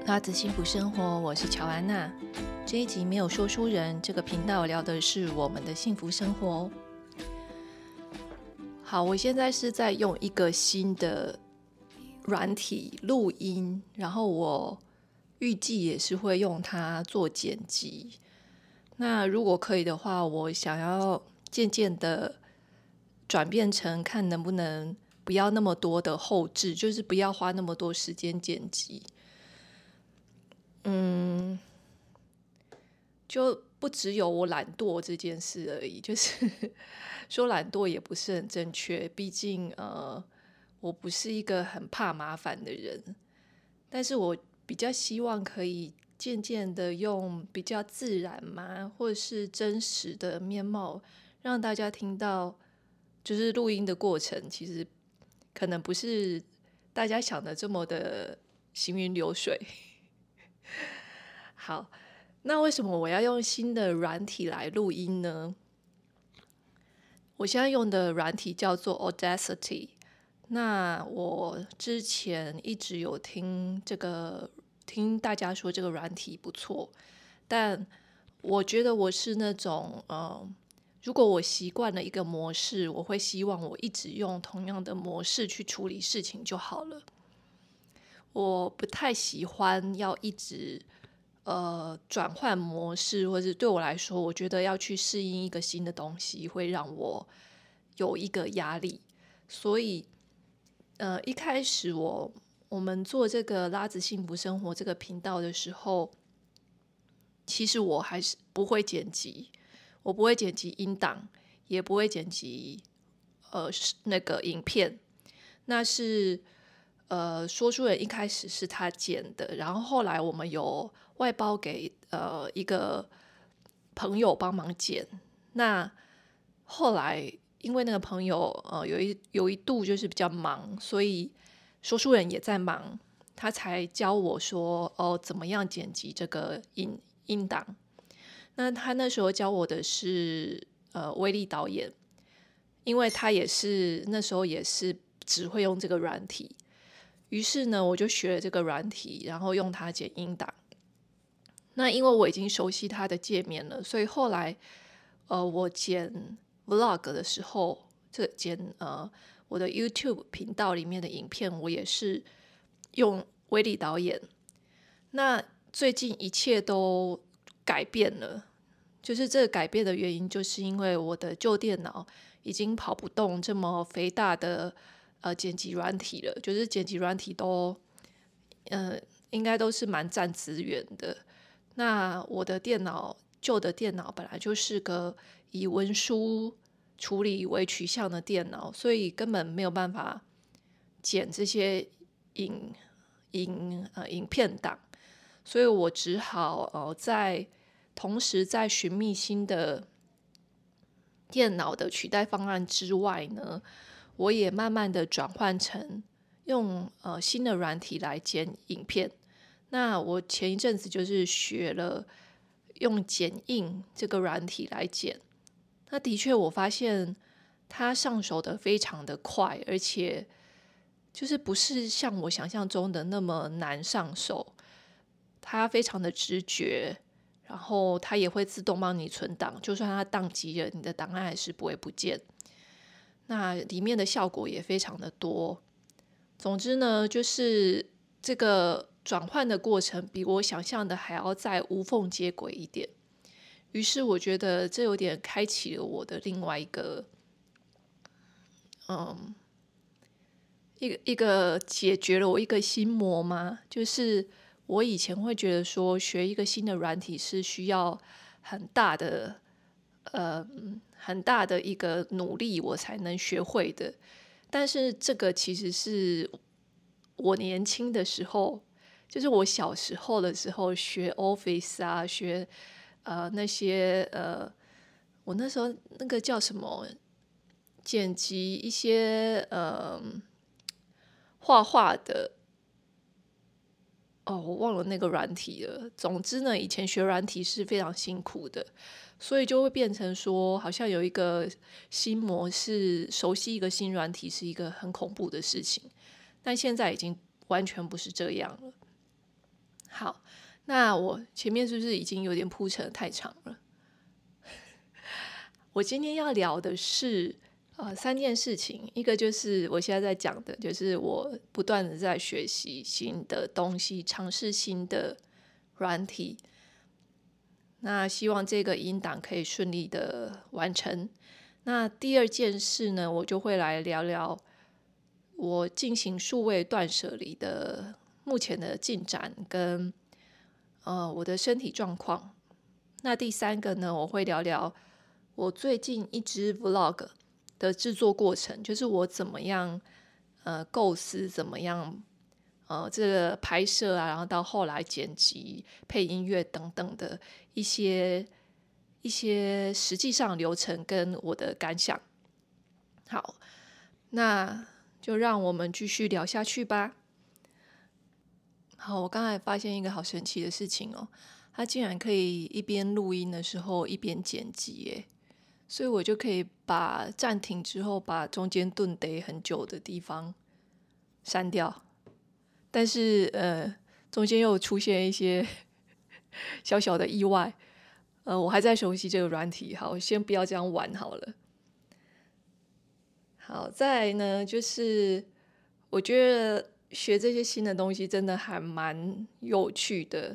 拉子幸福生活，我是乔安娜。这一集没有说书人，这个频道聊的是我们的幸福生活哦。好，我现在是在用一个新的软体录音，然后我预计也是会用它做剪辑。那如果可以的话，我想要渐渐的转变成看能不能不要那么多的后置，就是不要花那么多时间剪辑。就不只有我懒惰这件事而已，就是说懒惰也不是很正确，毕竟我不是一个很怕麻烦的人，但是我比较希望可以渐渐的用比较自然嘛，或者是真实的面貌，让大家听到，就是录音的过程其实可能不是大家想的这么的行云流水。好，那为什么我要用新的软体来录音呢？我现在用的软体叫做 Audacity。那我之前一直有听大家说这个软体不错，但我觉得我是那种如果我习惯了一个模式，我会希望我一直用同样的模式去处理事情就好了。我不太喜欢要一直转换模式，或是对我来说，我觉得要去适应一个新的东西，会让我有一个压力。所以一开始我们做这个拉子幸福生活这个频道的时候，其实我还是不会剪辑，我不会剪辑音档，也不会剪辑那个影片。那是说书人一开始是他剪的，然后后来我们有外包给一个朋友帮忙剪。那后来因为那个朋友有一度就是比较忙，所以说书人也在忙，他才教我说怎么样剪辑这个音档。那他那时候教我的是威力导演，因为他也是那时候也是只会用这个软体，于是呢我就学了这个软体，然后用它剪音档。那因为我已经熟悉它的界面了，所以后来我剪 vlog 的时候，剪我的 YouTube 频道里面的影片，我也是用威力导演。那最近一切都改变了，就是这个改变的原因，就是因为我的旧电脑已经跑不动这么肥大的剪辑软体了，就是剪辑软体都应该都是蛮占资源的。那我的旧的电脑本来就是个以文书处理为取向的电脑，所以根本没有办法剪这些影片档，所以我只好同时在寻觅新的电脑的取代方案之外呢，我也慢慢的转换成用新的软体来剪影片。那我前一阵子就是学了用剪映这个软体来剪，那的确我发现它上手的非常的快，而且就是不是像我想象中的那么难上手，它非常的直觉，然后它也会自动帮你存档，就算它宕机了，你的档案还是不会不见。那里面的效果也非常的多。总之呢，就是这个转换的过程比我想象的还要再无缝接轨一点。于是我觉得这有点开启了我的另外一个一个解决了我一个心魔嘛，就是我以前会觉得说学一个新的软体是需要很大的很大的一个努力我才能学会的，但是这个其实是我年轻的时候，就是我小时候的时候学 Office 啊，学那些我那时候那个叫什么剪辑一些画画的，我忘了那个软体了。总之呢，以前学软体是非常辛苦的，所以就会变成说，好像有一个新模式，熟悉一个新软体是一个很恐怖的事情。但现在已经完全不是这样了。 好，那我前面是不是已经有点铺陈得太长了？我今天要聊的是3件事情，一个就是我现在在讲的，就是我不断的在学习新的东西，尝试新的软体。那希望这个音档可以顺利的完成。那第二件事呢，我就会来聊聊我进行数位断舍离的目前的进展跟我的身体状况。那第三个呢，我会聊聊我最近一支 vlog 的制作过程，就是我怎么样构思，怎么样这个拍摄啊，然后到后来剪辑、配音乐等等的一些实际上流程跟我的感想。好，那就让我们继续聊下去吧。好，我刚才发现一个好神奇的事情哦，它竟然可以一边录音的时候一边剪辑耶，所以我就可以把暂停之后把中间顿得很久的地方删掉，但是中间又出现一些小小的意外，我还在熟悉这个软体，好，先不要这样玩好了。好，再来呢，就是我觉得学这些新的东西真的还蛮有趣的。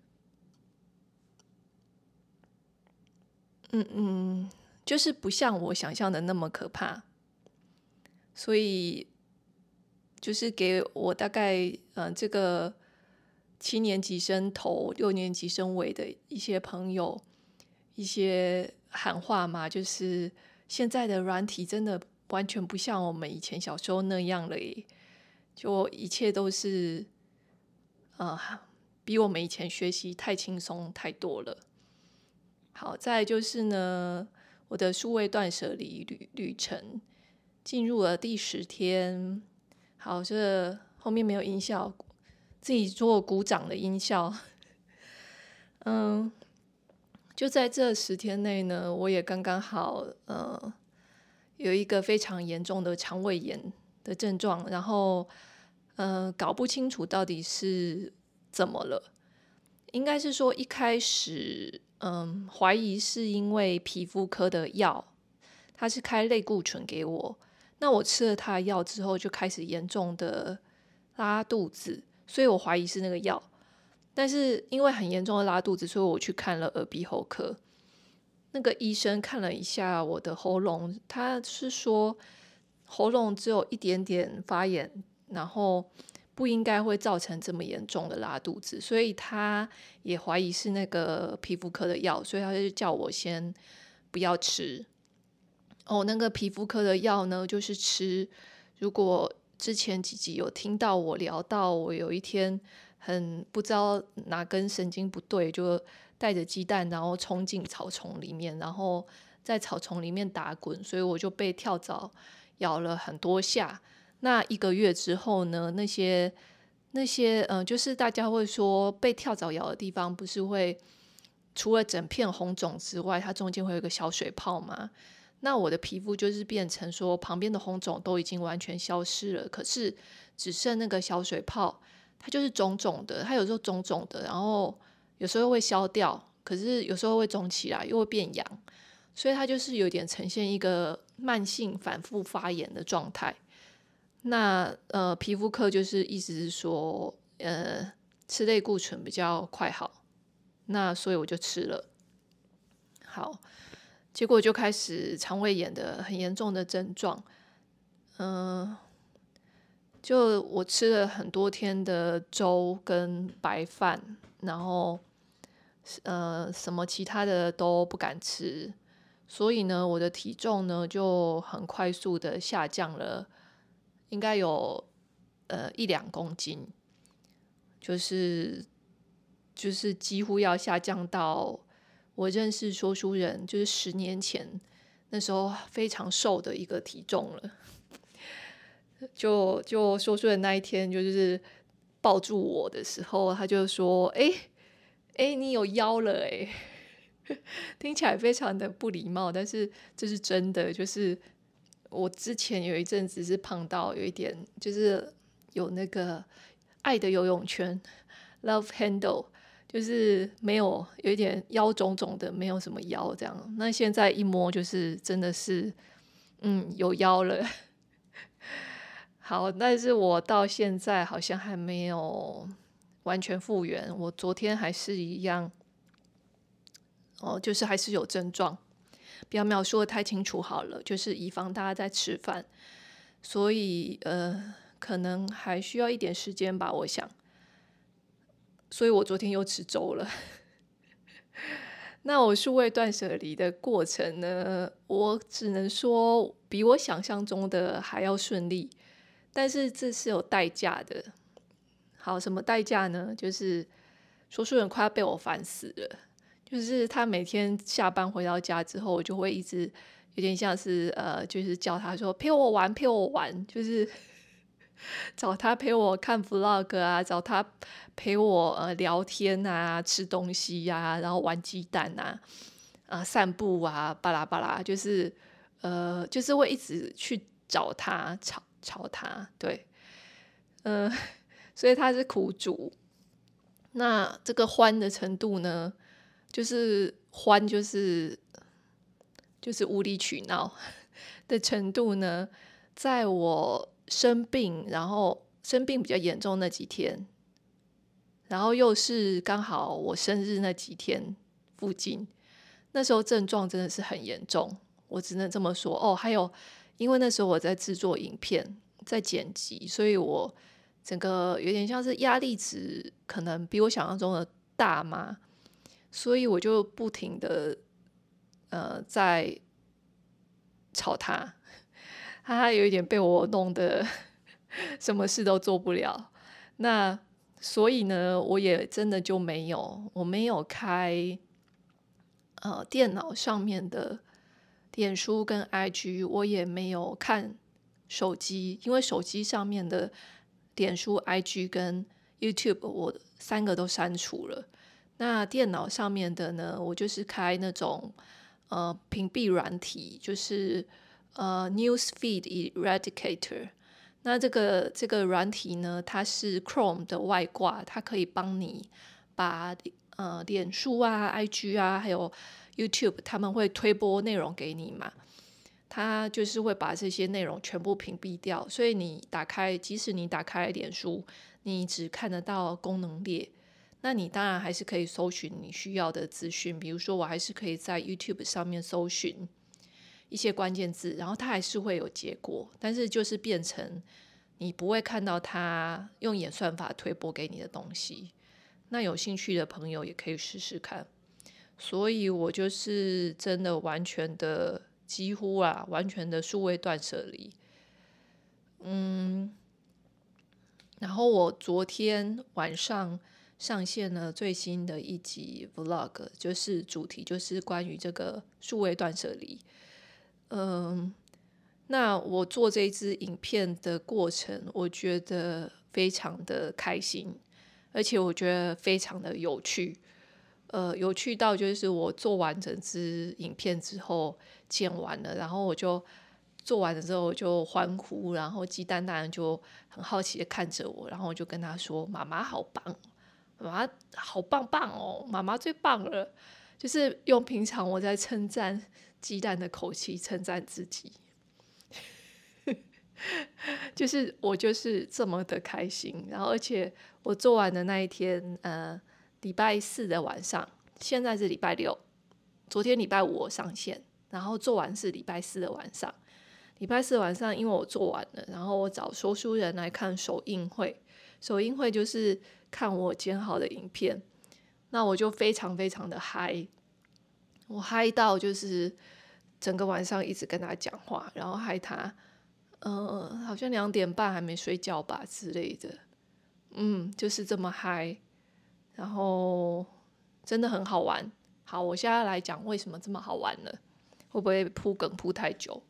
就是不像我想象的那么可怕，所以就是给我大概这个7年级生头6年级生尾的一些朋友一些喊话嘛，就是现在的软体真的完全不像我们以前小时候那样了耶，就一切都是呃比我们以前学习太轻松太多了。好，再来就是呢，我的数位断舍离旅程进入了第10天。好，这后面没有音效，自己做鼓掌的音效。就在这10天内呢，我也刚刚好有一个非常严重的肠胃炎的症状，然后搞不清楚到底是怎么了。应该是说一开始怀疑是因为皮肤科的药，他是开类固醇给我，那我吃了他的药之后就开始严重的拉肚子，所以我怀疑是那个药。但是因为很严重的拉肚子，所以我去看了耳鼻喉科。那个医生看了一下我的喉咙，他是说喉咙只有一点点发炎，然后不应该会造成这么严重的拉肚子，所以他也怀疑是那个皮肤科的药，所以他就叫我先不要吃。那个皮肤科的药呢，就是吃，如果之前几集有听到我聊到，我有一天很不知道哪根神经不对，就带着鸡蛋然后冲进草丛里面，然后在草丛里面打滚，所以我就被跳蚤咬了很多下。那1个月之后呢，那些就是大家会说被跳蚤咬的地方不是会除了整片红肿之外，它中间会有一个小水泡吗？那我的皮肤就是变成说旁边的红肿都已经完全消失了，可是只剩那个小水泡，它就是肿肿的，它有时候肿肿的，然后有时候会消掉，可是有时候会肿起来又会变痒，所以它就是有点呈现一个慢性反复发炎的状态。那皮肤科就是意思是说吃类固醇比较快好，那所以我就吃了。好，结果就开始肠胃炎的很严重的症状。就我吃了很多天的粥跟白饭，然后什么其他的都不敢吃，所以呢，我的体重呢就很快速的下降了，应该有1-2公斤，就是几乎要下降到我认识说书人就是10年前那时候非常瘦的一个体重了。就说书人那一天就是抱住我的时候，他就说：“你有腰了欸。”听起来非常的不礼貌，但是这是真的。就是我之前有一阵子是胖到有一点，就是有那个爱的游泳圈， love handle，就是没有一点腰肿肿的，没有什么腰这样。那现在一摸就是真的是有腰了。好，但是我到现在好像还没有完全复原，我昨天还是一样就是还是有症状，不要描述的太清楚好了，就是以防大家在吃饭，所以可能还需要一点时间吧，我想。所以我昨天又吃粥了。那我数位断舍离的过程呢，我只能说比我想象中的还要顺利，但是这是有代价的。好，什么代价呢？就是说书人快要被我烦死了。就是他每天下班回到家之后，我就会一直有点像是就是叫他说陪我玩，陪我玩，就是找他陪我看 vlog 啊，找他陪我聊天啊，吃东西呀、然后玩鸡蛋啊，散步啊，巴拉巴拉，就是会一直去找他，吵他，对，呃，所以他是苦主。那这个欢的程度呢，就是欢就是无理取闹的程度呢，在我生病，然后生病比较严重那几天，然后又是刚好我生日那几天附近，那时候症状真的是很严重，我只能这么说。哦，还有因为那时候我在制作影片，在剪辑，所以我整个有点像是压力值可能比我想象中的大嘛，所以我就不停的在吵他，他有一点被我弄得什么事都做不了。那所以呢，我也真的就我没有开电脑上面的脸书跟 IG，我也没有看手机，因为手机上面的脸书、IG 跟 YouTube 我三个都删除了。那电脑上面的呢，我就是开那种屏蔽软体，就是News Feed Eradicator。那这个软体呢，它是 Chrome 的外挂，它可以帮你把脸书啊、IG 啊，还有 YouTube，他们会推播内容给你嘛，它就是会把这些内容全部屏蔽掉，所以即使你打开脸书，你只看得到功能列，那你当然还是可以搜寻你需要的资讯，比如说我还是可以在 YouTube 上面搜寻一些关键字，然后它还是会有结果，但是就是变成你不会看到它用演算法推播给你的东西。那有兴趣的朋友也可以试试看。所以我就是真的完全的几乎完全的数位断舍离。然后我昨天晚上上线了最新的一集 vlog， 就是主题就是关于这个数位断舍离。那我做这一支影片的过程，我觉得非常的开心，而且我觉得非常的有趣。有趣到就是我做完整支影片之后剪完了，然后我就做完了之后我就欢呼，然后鸡蛋当然就很好奇的看着我，然后我就跟他说：“妈妈好棒，妈妈好棒棒哦，妈妈最棒了。”就是用平常我在称赞鸡蛋的口气称赞自己。就是我就是这么的开心，然后而且我做完的那一天，礼拜四的晚上，现在是礼拜六，昨天礼拜五我上线，然后做完是礼拜四的晚上。礼拜四晚上，因为我做完了，然后我找说书人来看首映会，首映会就是看我剪好的影片，那我就非常非常的嗨，我嗨到就是整个晚上一直跟他讲话，然后害他。好像2点半还没睡觉吧之类的，就是这么嗨，然后真的很好玩。好，我现在来讲为什么这么好玩了，会不会铺梗铺太久？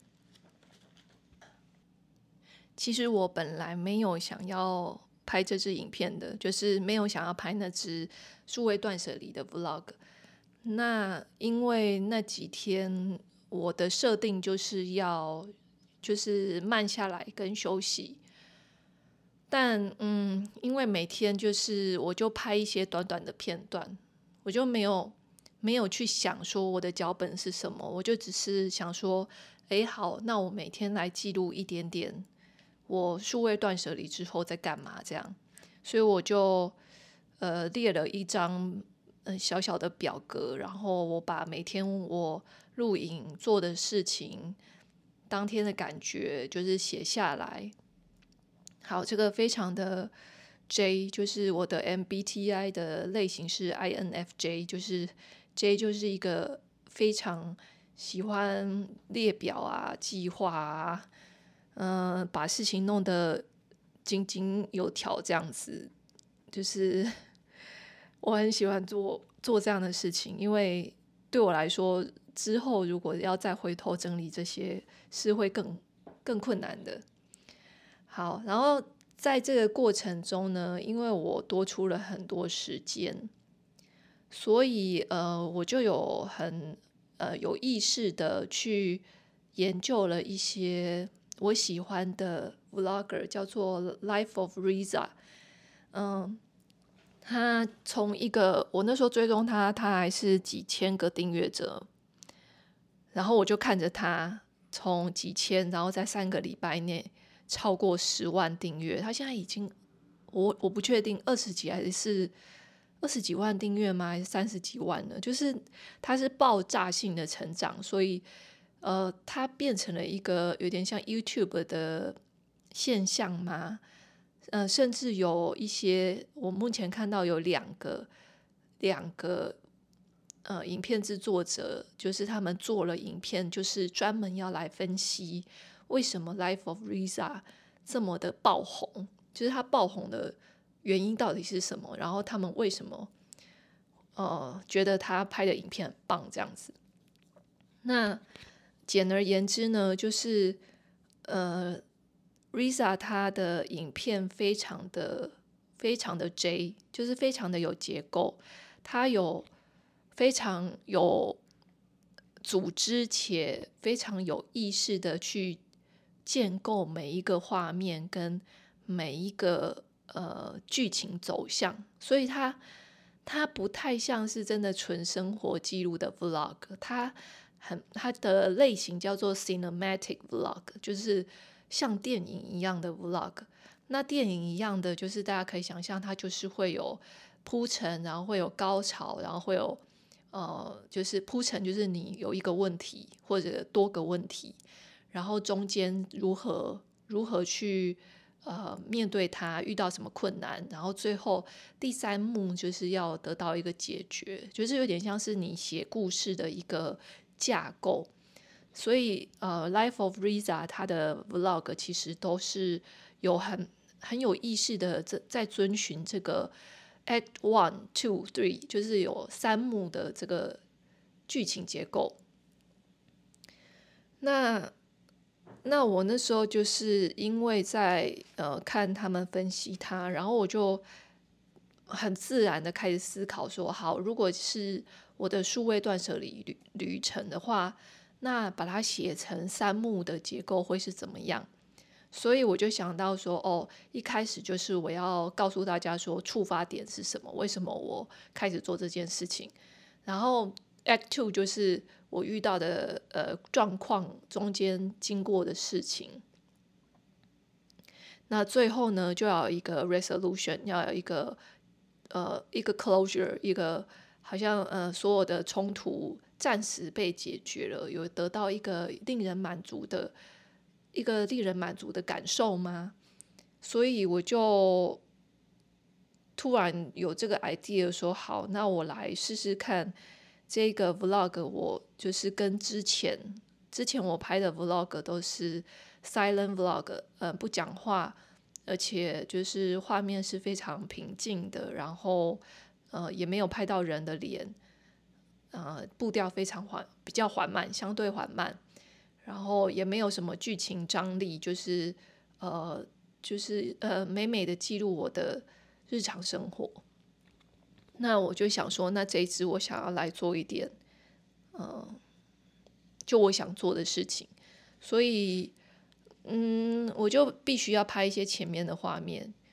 其实我本来没有想要拍这支影片的，就是没有想要拍那支数位断舍离的 vlog。那因为那几天我的设定就是要慢下来跟休息， 但因为每天就是我就拍一些短短的片段，我就没有去想说我的脚本是什么，我就只是想说，好，那我每天来记录一点点我数位断舍离之后在干嘛这样，所以我就列了一张小小的表格，然后我把每天我录影做的事情，当天的感觉就是写下来。好，这个非常的 J， 就是我的 MBTI 的类型是 INFJ， 就是 J 就是一个非常喜欢列表啊、计划啊，把事情弄得井井有条这样子，就是我很喜欢做这样的事情，因为对我来说，之后如果要再回头整理这些，是会更困难的。好，然后在这个过程中呢，因为我多出了很多时间，所以我就有意识的去研究了一些我喜欢的 vlogger，叫做 Life of Riza。他从一个我那时候追踪他还是几千个订阅者，然后我就看着他从几千，然后在3个礼拜内超过10万订阅。他现在已经我不确定20几还是20几万订阅吗？还是30几万呢？就是他是爆炸性的成长，所以他变成了一个有点像 YouTube 的现象吗？甚至有一些我目前看到有两个影片制作者，就是他们做了影片，就是专门要来分析为什么 Life of Riza 这么的爆红，就是他爆红的原因到底是什么，然后他们为什么觉得他拍的影片很棒这样子。那简而言之呢，就是Riza 他的影片非常的 J， 就是非常的有结构，他有非常有组织且非常有意识的去建构每一个画面跟每一个剧情走向，所以它不太像是真的纯生活记录的 vlog， 它的类型叫做 cinematic vlog， 就是像电影一样的 vlog。那电影一样的就是大家可以想象，它就是会有铺陈，然后会有高潮，然后会有就是铺陈就是你有一个问题或者多个问题，然后中间如何去面对它，遇到什么困难，然后最后第3幕就是要得到一个解决，就是有点像是你写故事的一个架构。所以Life of Riza 他的 vlog 其实都是有很有意识的在遵循这个 Act 1, 2, 3，就是有3幕的这个剧情结构。那我那时候就是因为在看他们分析它，然后我就很自然的开始思考说，好，如果是我的数位断舍离旅程的话，那把它写成3幕的结构会是怎么样？所以我就想到说，一开始就是我要告诉大家说触发点是什么，为什么我开始做这件事情。然后 Act 2就是我遇到的状况中间经过的事情。那最后呢，就要有一个 resolution， 要有一个closure， 一个好像所有的冲突暂时被解决了，有得到一个令人满足的感受吗？所以我就突然有这个 idea 说，好，那我来试试看这个 vlog。我就是跟之前我拍的 vlog 都是 silent vlog，不讲话，而且就是画面是非常平静的，然后也没有拍到人的脸，步调非常比较缓慢，相对缓慢，然后也没有什么剧情张力，就是美美的记录我的日常生活。那我就想说，那这一支我想要来做一点就我想做的事情，所以我就必须要拍一些前面的画面，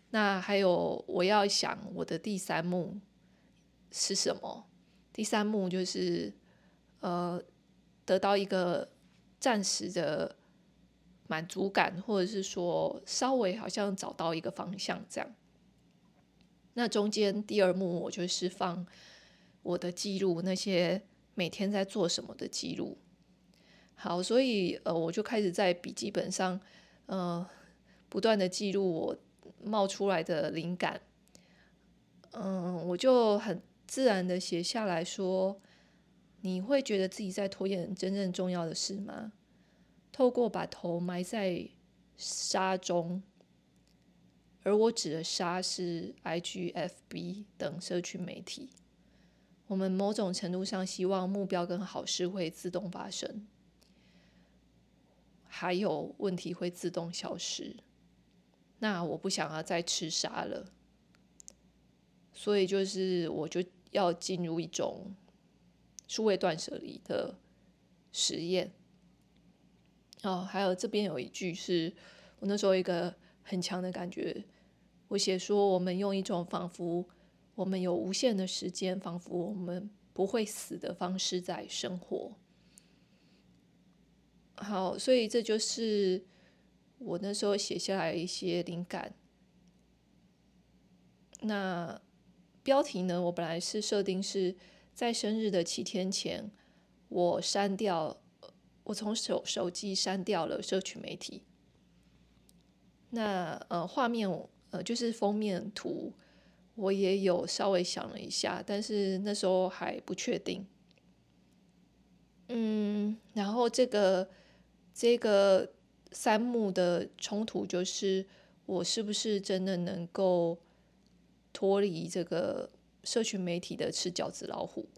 那还有我要想我的第三幕是什么？第三幕就是得到一个暂时的满足感，或者是说稍微好像找到一个方向这样。那中间第二幕我就释放我的记录，那些每天在做什么的记录。好，所以我就开始在笔记本上不断的记录我冒出来的灵感。我就很自然的写下来说，你会觉得自己在拖延真正重要的事吗？透过把头埋在沙中，而我指的沙是 IG、FB 等社群媒体。我们某种程度上希望目标跟好事会自动发生，还有问题会自动消失。那我不想要再吃沙了，所以我就要进入一种数位断舍离的实验。还有这边有一句是我那时候一个很强的感觉，我写说我们用一种仿佛我们有无限的时间，仿佛我们不会死的方式在生活。好，所以这就是我那时候写下来一些灵感。那标题呢，我本来是设定是在生日的7天前，我从手机删掉了社群媒体。那画面就是封面图，我也有稍微想了一下，但是那时候还不确定。然后这个三幕的冲突就是我是不是真的能够脱离这个社群媒体的吃饺子老虎。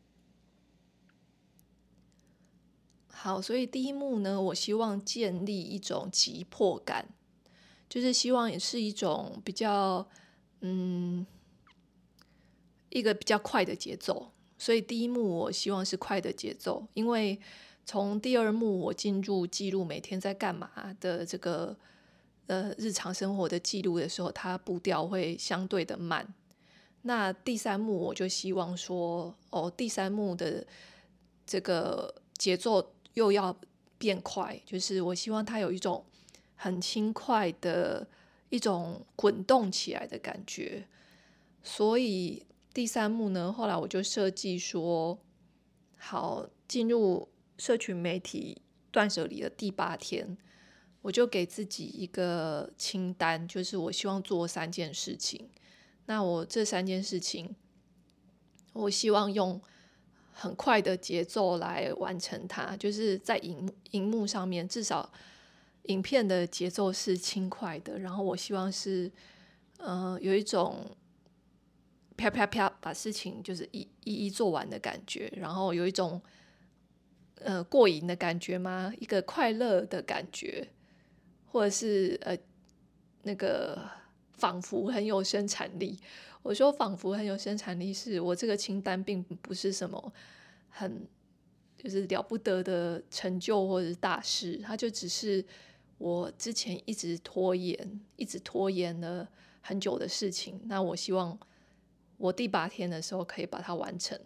好，所以第一幕呢，我希望建立一种急迫感，就是希望也是一种比较一个比较快的节奏。所以第一幕我希望是快的节奏，因为从第二幕我进入记录每天在干嘛的这个日常生活的记录的时候，它步调会相对的慢。那第三幕我就希望说，第三幕的这个节奏又要变快，就是我希望它有一种很轻快的一种滚动起来的感觉。所以第三幕呢，后来我就设计说，好，进入社群媒体断舍离的第8天，我就给自己一个清单，就是我希望做3件事情。那我这3件事情，我希望用很快的节奏来完成它，就是在荧幕上面，至少影片的节奏是轻快的，然后我希望是有一种啪啪啪把事情就是一一做完的感觉，然后有一种过瘾的感觉吗？一个快乐的感觉，或者是那个仿佛很有生产力。我说仿佛很有生产力，是我这个清单并不是什么很就是了不得的成就或者是大事，它就只是我之前一直拖延了很久的事情。那我希望我第8天的时候可以把它完成。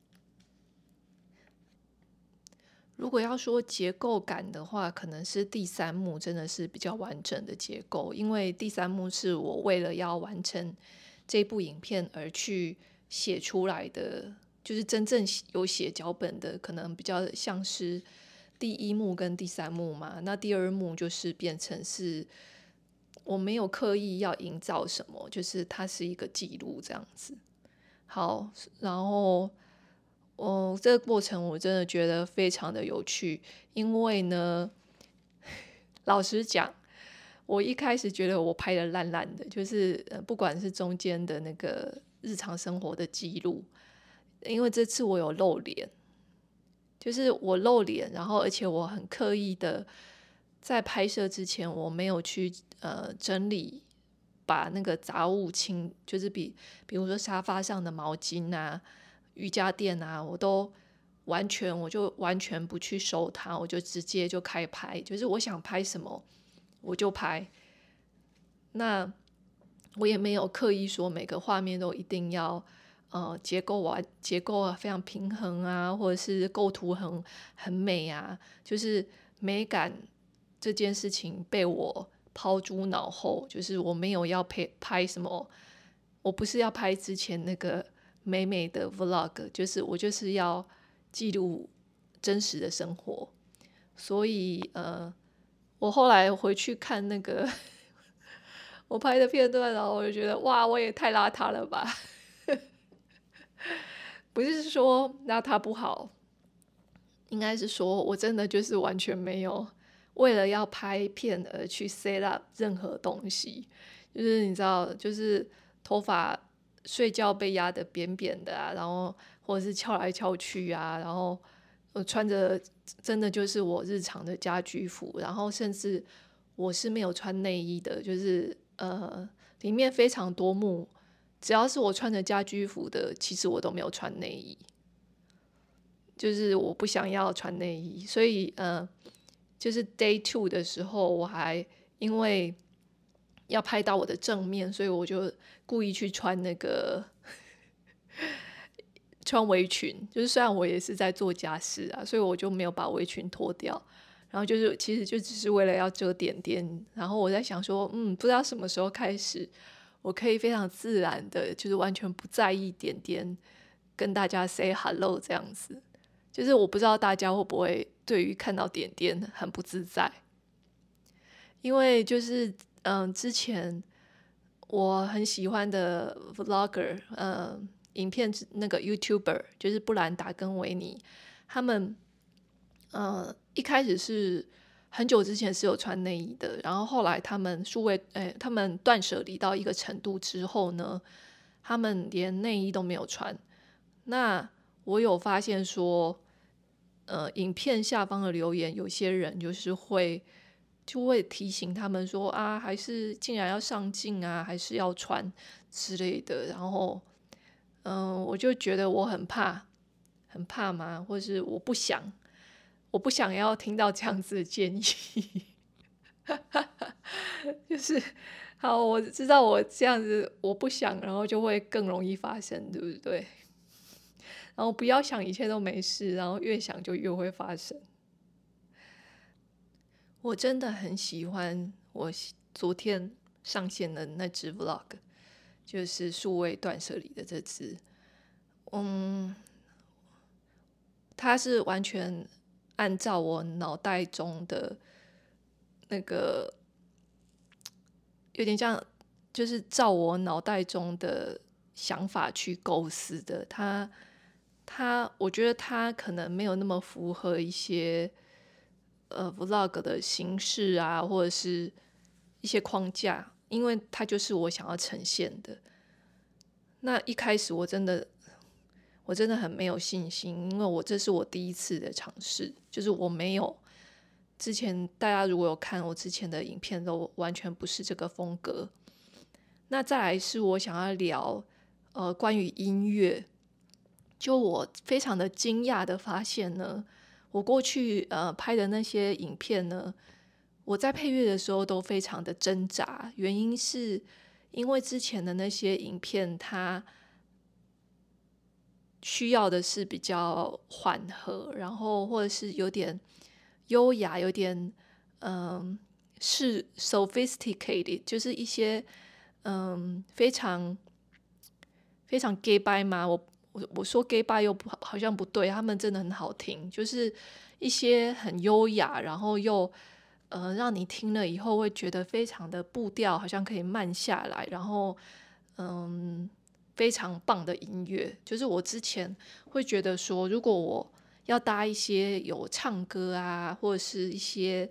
如果要说结构感的话，可能是第3幕真的是比较完整的结构，因为第3幕是我为了要完成这部影片而去写出来的，就是真正有写脚本的，可能比较像是第1幕跟第3幕嘛。那第2幕就是变成是我没有刻意要营造什么，就是它是一个记录这样子。好，然后这个过程我真的觉得非常的有趣，因为呢，老实讲，我一开始觉得我拍的烂烂的，就是不管是中间的那个日常生活的记录，因为这次我有露脸，就是我露脸，然后而且我很刻意的在拍摄之前，我没有去整理，把那个杂物清，就是比如说沙发上的毛巾啊、瑜伽垫啊，我就完全不去收它，我就直接就开拍，就是我想拍什么我就拍。那我也没有刻意说每个画面都一定要结构啊非常平衡啊，或者是构图很美啊，就是美感这件事情被我抛诸脑后，就是我没有要拍什么，我不是要拍之前那个美美的 vlog， 就是我就是要记录真实的生活。所以我后来回去看那个我拍的片段，然后我就觉得哇，我也太邋遢了吧！不是说邋遢不好，应该是说我真的就是完全没有为了要拍片而去 set up 任何东西，就是你知道，就是头发睡觉被压得扁扁的啊，然后或者是翘来翘去啊，然后我穿着真的就是我日常的家居服，然后甚至我是没有穿内衣的，就是里面非常多幕，只要是我穿着家居服的，其实我都没有穿内衣，就是我不想要穿内衣，所以就是 day 2的时候，我还因为要拍到我的正面，所以我就故意去穿那个穿围裙，就是虽然我也是在做家事啊，所以我就没有把围裙脱掉，然后就是其实就只是为了要遮点点，然后我在想说，不知道什么时候开始，我可以非常自然的，就是完全不在意点点，跟大家 say hello 这样子，就是我不知道大家会不会对于看到点点很不自在，因为就是之前我很喜欢的 vlogger，影片那个 YouTuber 就是布兰达跟维尼，他们一开始是很久之前是有穿内衣的，然后后来他们断舍离到一个程度之后呢，他们连内衣都没有穿。那我有发现说，影片下方的留言，有些人就会提醒他们说啊，还是竟然要上镜啊，还是要穿之类的。然后，我就觉得我很怕嘛，或是我不想要听到这样子的建议。就是好，我知道我这样子我不想，然后就会更容易发生，对不对？然后不要想一切都没事，然后越想就越会发生。我真的很喜欢我昨天上线的那支 vlog，就是数位断舍离的这支。它是完全按照我脑袋中的那个，有点像，就是照我脑袋中的想法去构思的。我觉得它可能没有那么符合一些vlog 的形式啊，或者是一些框架，因为它就是我想要呈现的。那一开始我真的很没有信心，因为这是我第一次的尝试，就是我没有之前大家如果有看我之前的影片，都完全不是这个风格。那再来是我想要聊关于音乐，就我非常的惊讶的发现呢，我过去拍的那些影片呢，我在配乐的时候都非常的挣扎，原因是因为之前的那些影片它需要的是比较缓和，然后或者是有点优雅，有点是 sophisticated，就是一些非常非常 gay bye 吗？我说 gay bye 又好像不对，他们真的很好听，就是一些很优雅，然后又让你听了以后会觉得非常的步调好像可以慢下来，然后非常棒的音乐。就是我之前会觉得说，如果我要搭一些有唱歌啊，或者是一些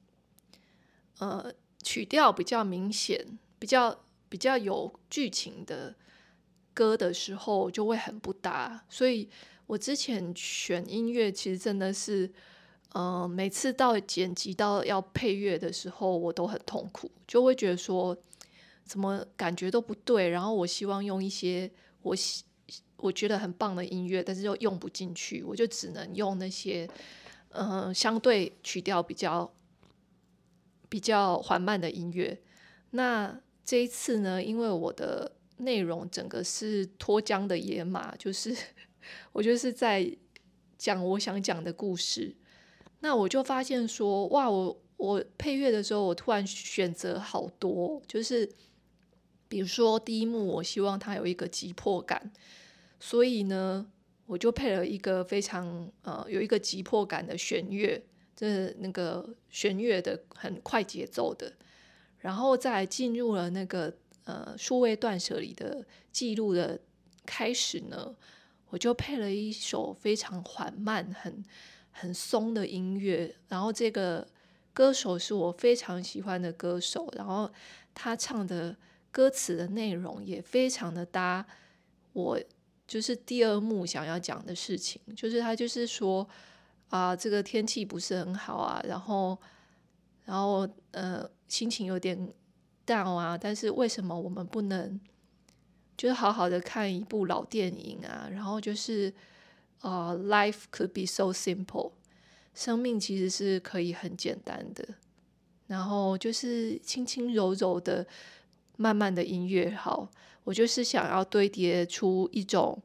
曲调比较明显、比较有剧情的歌的时候，就会很不搭。所以我之前选音乐，其实真的是，每次到剪辑到要配乐的时候，我都很痛苦，就会觉得说，怎么感觉都不对。然后我希望用一些我觉得很棒的音乐，但是又用不进去，我就只能用那些相对曲调比较缓慢的音乐。那这一次呢，因为我的内容整个是脱缰的野马，就是我就是在讲我想讲的故事。那我就发现说，哇，我配乐的时候，我突然选择好多，就是比如说第一幕，我希望它有一个急迫感，所以呢，我就配了一个非常有一个急迫感的弦乐，就是那个弦乐的很快节奏的，然后再来进入了那个数位断舍离的记录的开始呢，我就配了一首非常缓慢、很松的音乐，然后这个歌手是我非常喜欢的歌手，然后他唱的歌词的内容也非常的搭我就是第二幕想要讲的事情，就是他就是说这个天气不是很好啊，然后心情有点 down 啊，但是为什么我们不能就是好好的看一部老电影啊？然后就是life could be so simple， 生命其实是可以很简单的。然后就是轻轻柔柔的、慢慢的音乐，好，我就是想要堆叠出一种，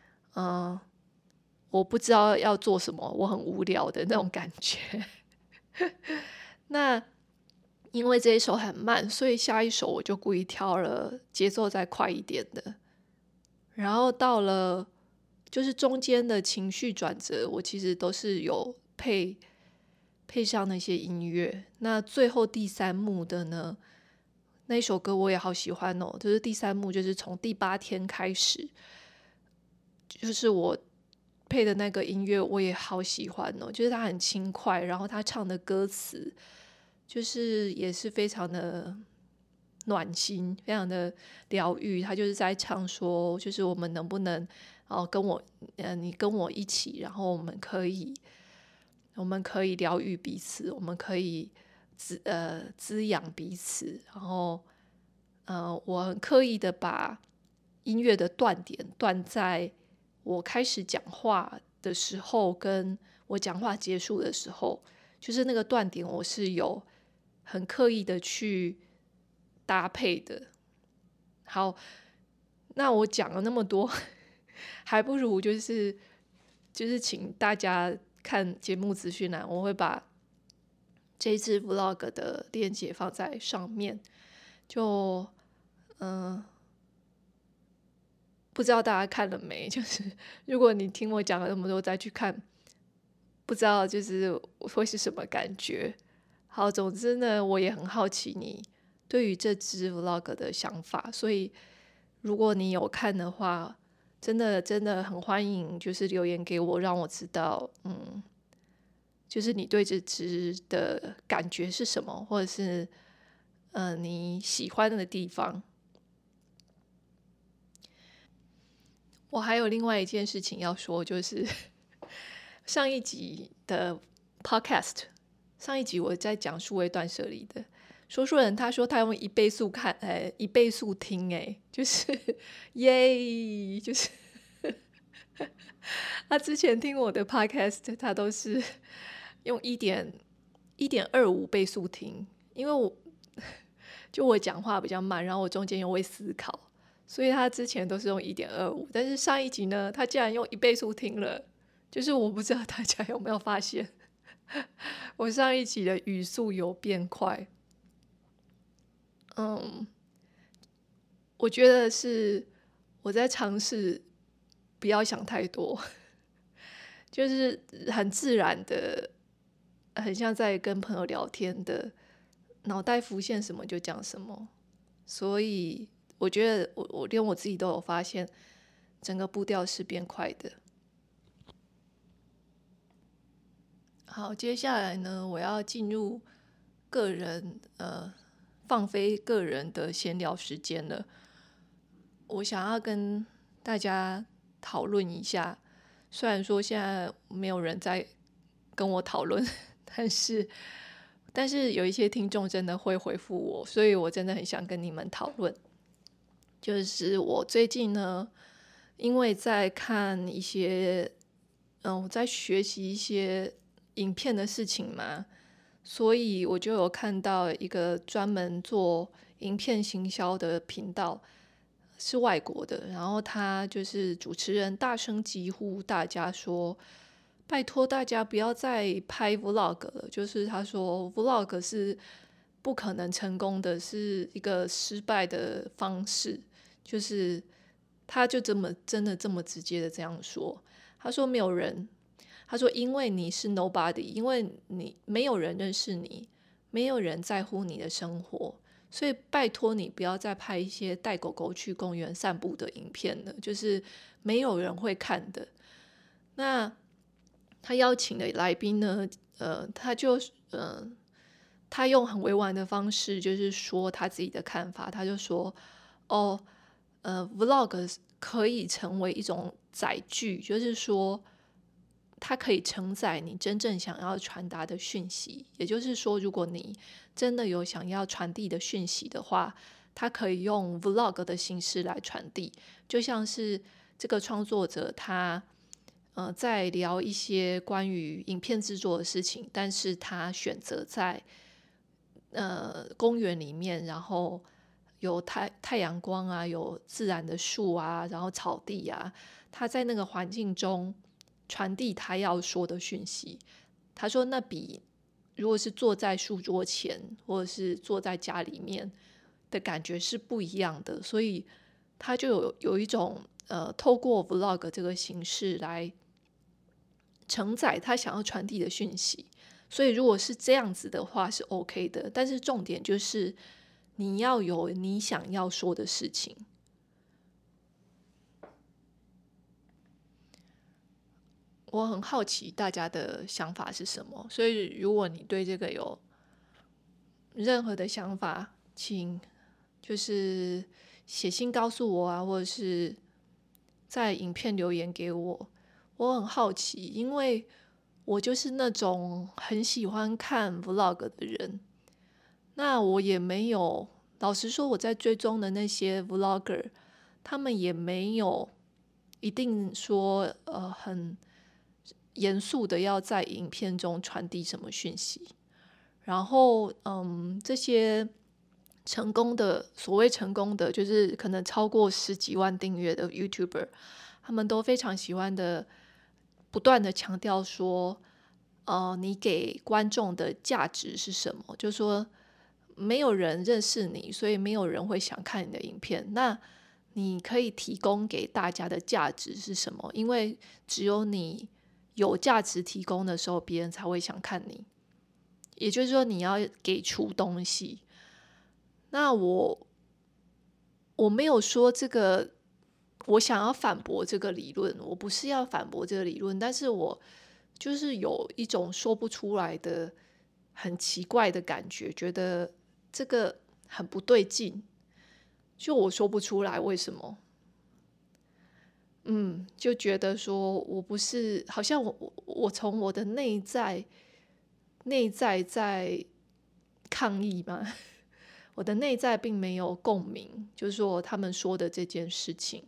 我不知道要做什么，我很无聊的那种感觉。那因为这一首很慢，所以下一首我就故意挑了节奏再快一点的。然后到了就是中间的情绪转折，我其实都是有配上那些音乐。那最后第三幕的呢，那一首歌我也好喜欢哦，就是第三幕就是从第8天开始，就是我配的那个音乐我也好喜欢哦，就是它很轻快，然后他唱的歌词就是也是非常的暖心，非常的疗愈。他就是在唱说，就是我们能不能你跟我一起，然后我们可以疗愈彼此，我们可以滋养彼此。然后我很刻意的把音乐的断点断在我开始讲话的时候，跟我讲话结束的时候，就是那个断点，我是有很刻意的去搭配的。好，那我讲了那么多，还不如就是请大家看节目资讯栏，我会把这一次 vlog 的链接放在上面。就不知道大家看了没？就是如果你听我讲了那么多再去看，不知道就是会是什么感觉。好，总之呢，我也很好奇你对于这支 vlog 的想法，所以如果你有看的话，真的很欢迎，就是留言给我，让我知道，就是你对这支的感觉是什么，或者是你喜欢的地方。我还有另外一件事情要说，就是上一集的 podcast， 上一集我在讲数位断舍离的说书人，他说他用1倍速看，1倍速听，就是耶，就是他之前听我的 podcast， 他都是用1.25倍速听，因为我讲话比较慢，然后我中间又会思考，所以他之前都是用1.25，但是上一集呢，他竟然用1倍速听了，就是我不知道大家有没有发现，我上一集的语速有变快。我觉得是我在尝试不要想太多，就是很自然的，很像在跟朋友聊天的，脑袋浮现什么就讲什么。所以我觉得我连我自己都有发现，整个步调是变快的。好，接下来呢，我要进入个人放飞个人的闲聊时间了。我想要跟大家讨论一下，虽然说现在没有人在跟我讨论，但是有一些听众真的会回复我，所以我真的很想跟你们讨论。就是我最近呢，因为在看一些，我在学习一些影片的事情嘛，所以我就有看到一个专门做影片行销的频道，是外国的，然后他就是主持人大声疾呼大家说：拜托大家不要再拍 vlog 了，就是他说 vlog 是不可能成功的，是一个失败的方式，就是他就真的这么直接的这样说。他说没有人，他说因为你是 nobody， 因为你没有人认识你，没有人在乎你的生活，所以拜托你不要再拍一些带狗狗去公园散步的影片了，就是没有人会看的。那他邀请的来宾呢，他用很委婉的方式，就是说他自己的看法。他就说，哦，vlog 可以成为一种载具，就是说它可以承载你真正想要传达的讯息。也就是说，如果你真的有想要传递的讯息的话，它可以用 vlog 的形式来传递，就像是这个创作者他在聊一些关于影片制作的事情，但是他选择在公园里面，然后有太阳光啊，有自然的树啊，然后草地啊，他在那个环境中传递他要说的讯息。他说那比如果是坐在书桌前或者是坐在家里面的感觉是不一样的，所以他就有一种透过 vlog 这个形式来承载他想要传递的讯息。所以如果是这样子的话是 OK 的，但是重点就是你要有你想要说的事情。我很好奇大家的想法是什么，所以如果你对这个有任何的想法，请就是写信告诉我啊，或者是在影片留言给我。我很好奇，因为我就是那种很喜欢看 vlog 的人。那我也没有，老实说，我在追踪的那些 vlogger，他们也没有一定说很严肃的要在影片中传递什么讯息。然后这些成功的，所谓成功的，就是可能超过10几万订阅的 YouTuber，他们都非常喜欢的，不断的强调说，你给观众的价值是什么？就是说，没有人认识你，所以没有人会想看你的影片。那你可以提供给大家的价值是什么？因为只有你有价值提供的时候，别人才会想看你。也就是说，你要给出东西。那我没有说这个，我想要反驳这个理论，我不是要反驳这个理论，但是我就是有一种说不出来的很奇怪的感觉，觉得这个很不对劲，就我说不出来为什么。就觉得说我不是，好像我从我的内在在抗议吗？我的内在并没有共鸣，就是说他们说的这件事情，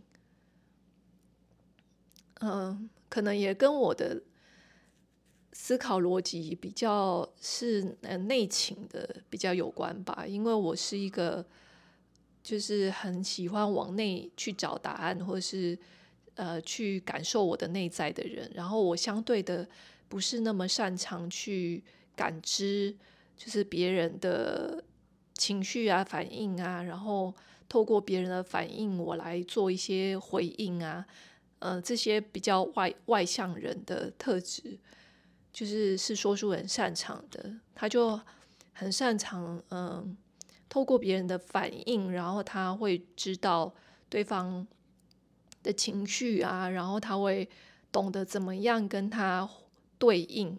可能也跟我的思考逻辑比较是内倾的比较有关吧。因为我是一个就是很喜欢往内去找答案，或是去感受我的内在的人。然后我相对的不是那么擅长去感知，就是别人的情绪啊、反应啊，然后透过别人的反应，我来做一些回应啊。这些比较外向人的特质，是说书人擅长的。他就很擅长，透过别人的反应，然后他会知道对方的情绪啊，然后他会懂得怎么样跟他对应。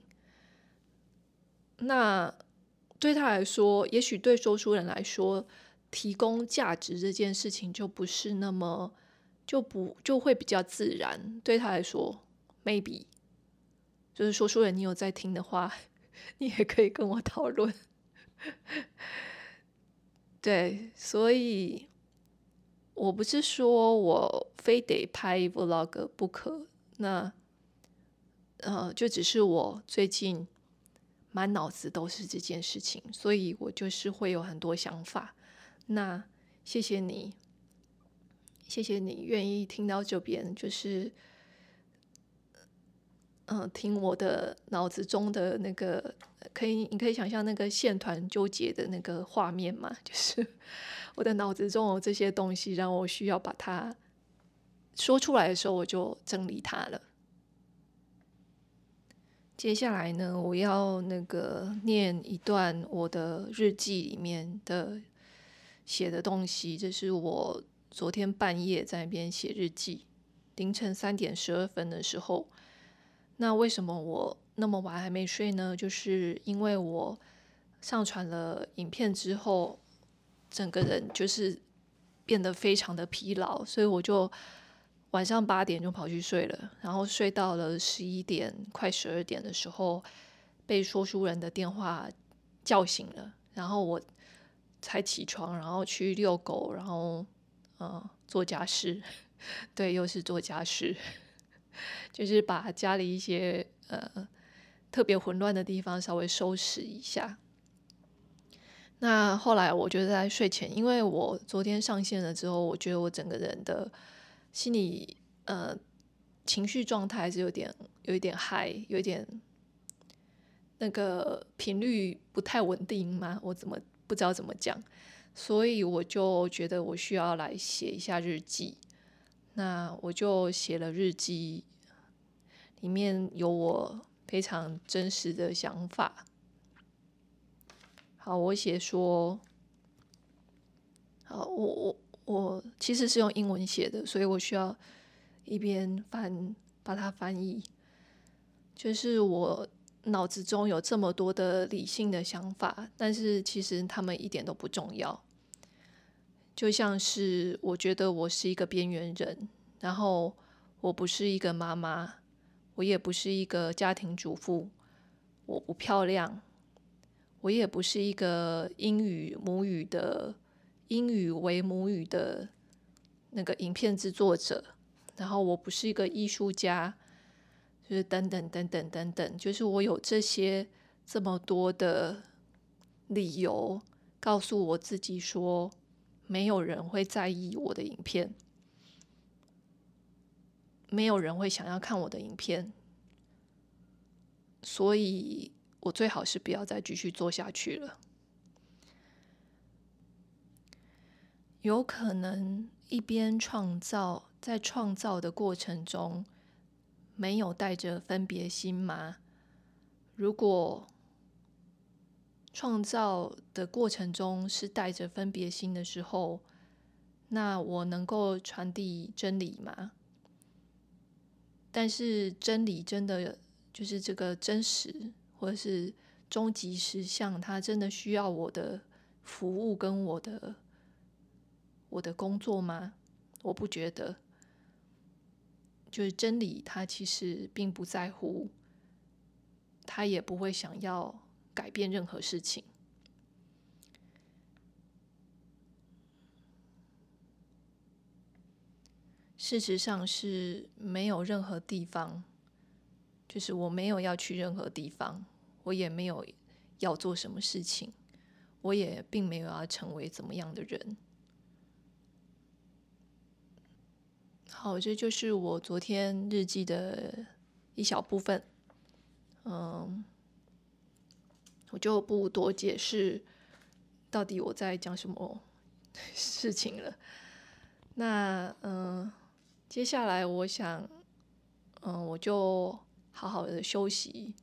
那对他来说，也许对说书人来说，提供价值这件事情就不是那么就会比较自然。对他来说，maybe 就是说书人，你有在听的话，你也可以跟我讨论。对，所以我不是说我非得拍 vlog 不可，那就只是我最近满脑子都是这件事情，所以我就是会有很多想法。 那谢谢你，谢谢你愿意听到这边，就是听我的脑子中的那个，你可以想象那个线团纠结的那个画面嘛，就是我的脑子中有这些东西，让我需要把它说出来的时候，我就整理它了。接下来呢，我要念一段我的日记里面的写的东西，这是我昨天半夜在那边写日记，凌晨3:12的时候。那为什么我那么晚还没睡呢？就是因为我上传了影片之后，整个人就是变得非常的疲劳，所以我就晚上8点就跑去睡了，然后睡到了11点快12点的时候，被说书人的电话叫醒了，然后我才起床，然后去遛狗，然后做家事，对，又是做家事。就是把家里一些特别混乱的地方稍微收拾一下。那后来我就在睡前，因为我昨天上线了之后，我觉得我整个人的心理情绪状态是有一点嗨，有一点那个频率不太稳定嘛，我不知道怎么讲，所以我就觉得我需要来写一下日记。那我就写了日记，里面有我非常真实的想法。好，我写说，好，我其实是用英文写的，所以我需要一边把它翻译。就是我脑子中有这么多的理性的想法，但是其实他们一点都不重要。就像是我觉得我是一个边缘人，然后我不是一个妈妈，我也不是一个家庭主妇，我不漂亮，我也不是一个英语为母语的那个影片制作者，然后我不是一个艺术家，就是等等等等等等，就是我有这么多的理由告诉我自己说，没有人会在意我的影片，没有人会想要看我的影片，所以我最好是不要再继续做下去了。有可能一边在创造的过程中没有带着分别心吗？如果创造的过程中是带着分别心的时候，那我能够传递真理吗？但是真理真的就是这个真实或者是终极实相，它真的需要我的服务跟我的工作吗？我不觉得。就是真理，它其实并不在乎，他也不会想要改变任何事情。事实上是没有任何地方，就是我没有要去任何地方，我也没有要做什么事情，我也并没有要成为怎么样的人。好，这就是我昨天日记的一小部分。我就不多解释到底我在讲什么事情了。那接下来我想，我就好好的休息，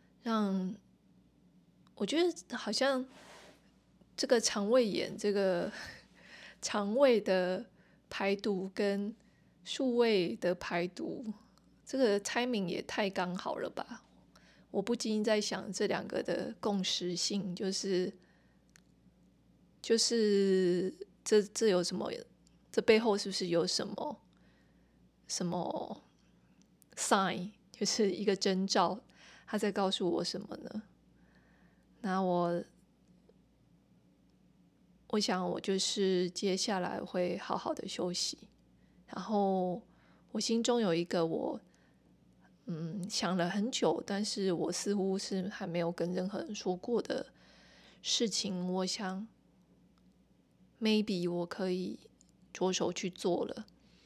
我觉得好像这个肠胃炎，这个肠胃的排毒跟数位的排毒，这个 timing 也太刚好了吧？我不禁在想这两个的共识性，就是这有什么？这背后是不是有什么 sign， 就是一个征兆？他在告诉我什么呢？那我想我就是接下来会好好的休息，然后我心中有一个我想了很久，但是我似乎是还没有跟任何人说过的事情。我想 maybe 我可以着手去做了。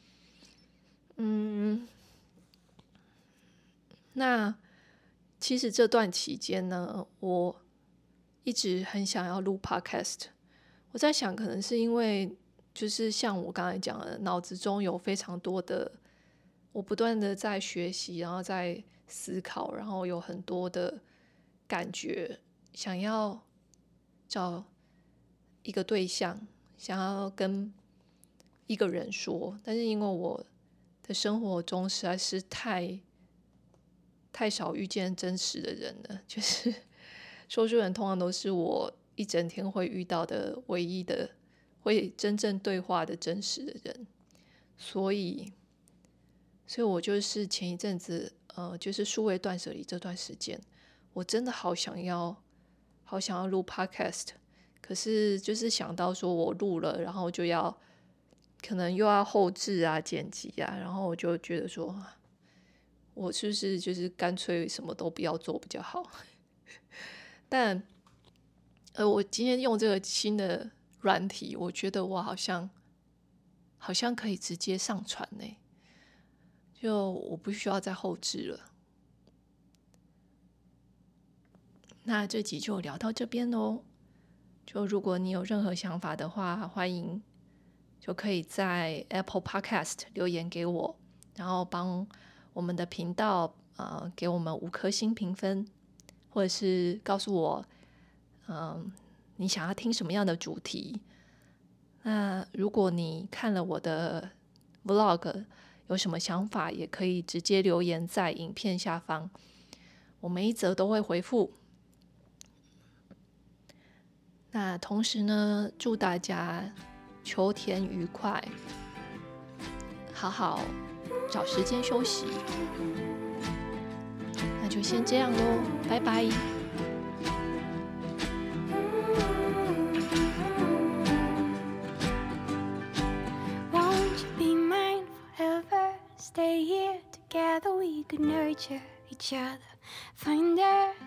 那其实这段期间呢，我一直很想要录 podcast。我在想，可能是因为就是像我刚才讲的，脑子中有非常多的，我不断的在学习，然后在思考，然后有很多的感觉，想要找一个对象，想要跟一个人说，但是因为我的生活中实在是太少遇见真实的人了，就是说书人通常都是我一整天会遇到的唯一的会真正对话的真实的人，所以我就是前一阵子就是数位断舍离这段时间，我真的好想要录 podcast， 可是就是想到说我录了，然后就要可能又要后制啊剪辑啊，然后我就觉得说我是不是就是干脆什么都不要做比较好。但我今天用这个新的软体，我觉得我好像可以直接上传呢，就我不需要再后制了。那这集就聊到这边咯，就如果你有任何想法的话，欢迎就可以在 Apple Podcast 留言给我，然后帮我们的频道给我们5颗星评分，或者是告诉我你想要听什么样的主题。那如果你看了我的 vlog 有什么想法，也可以直接留言在影片下方，我每一则都会回复。那同时呢，祝大家秋天愉快，好好找时间休息。那就先这样咯，拜拜。 Stay here together, we could nurture each other, find our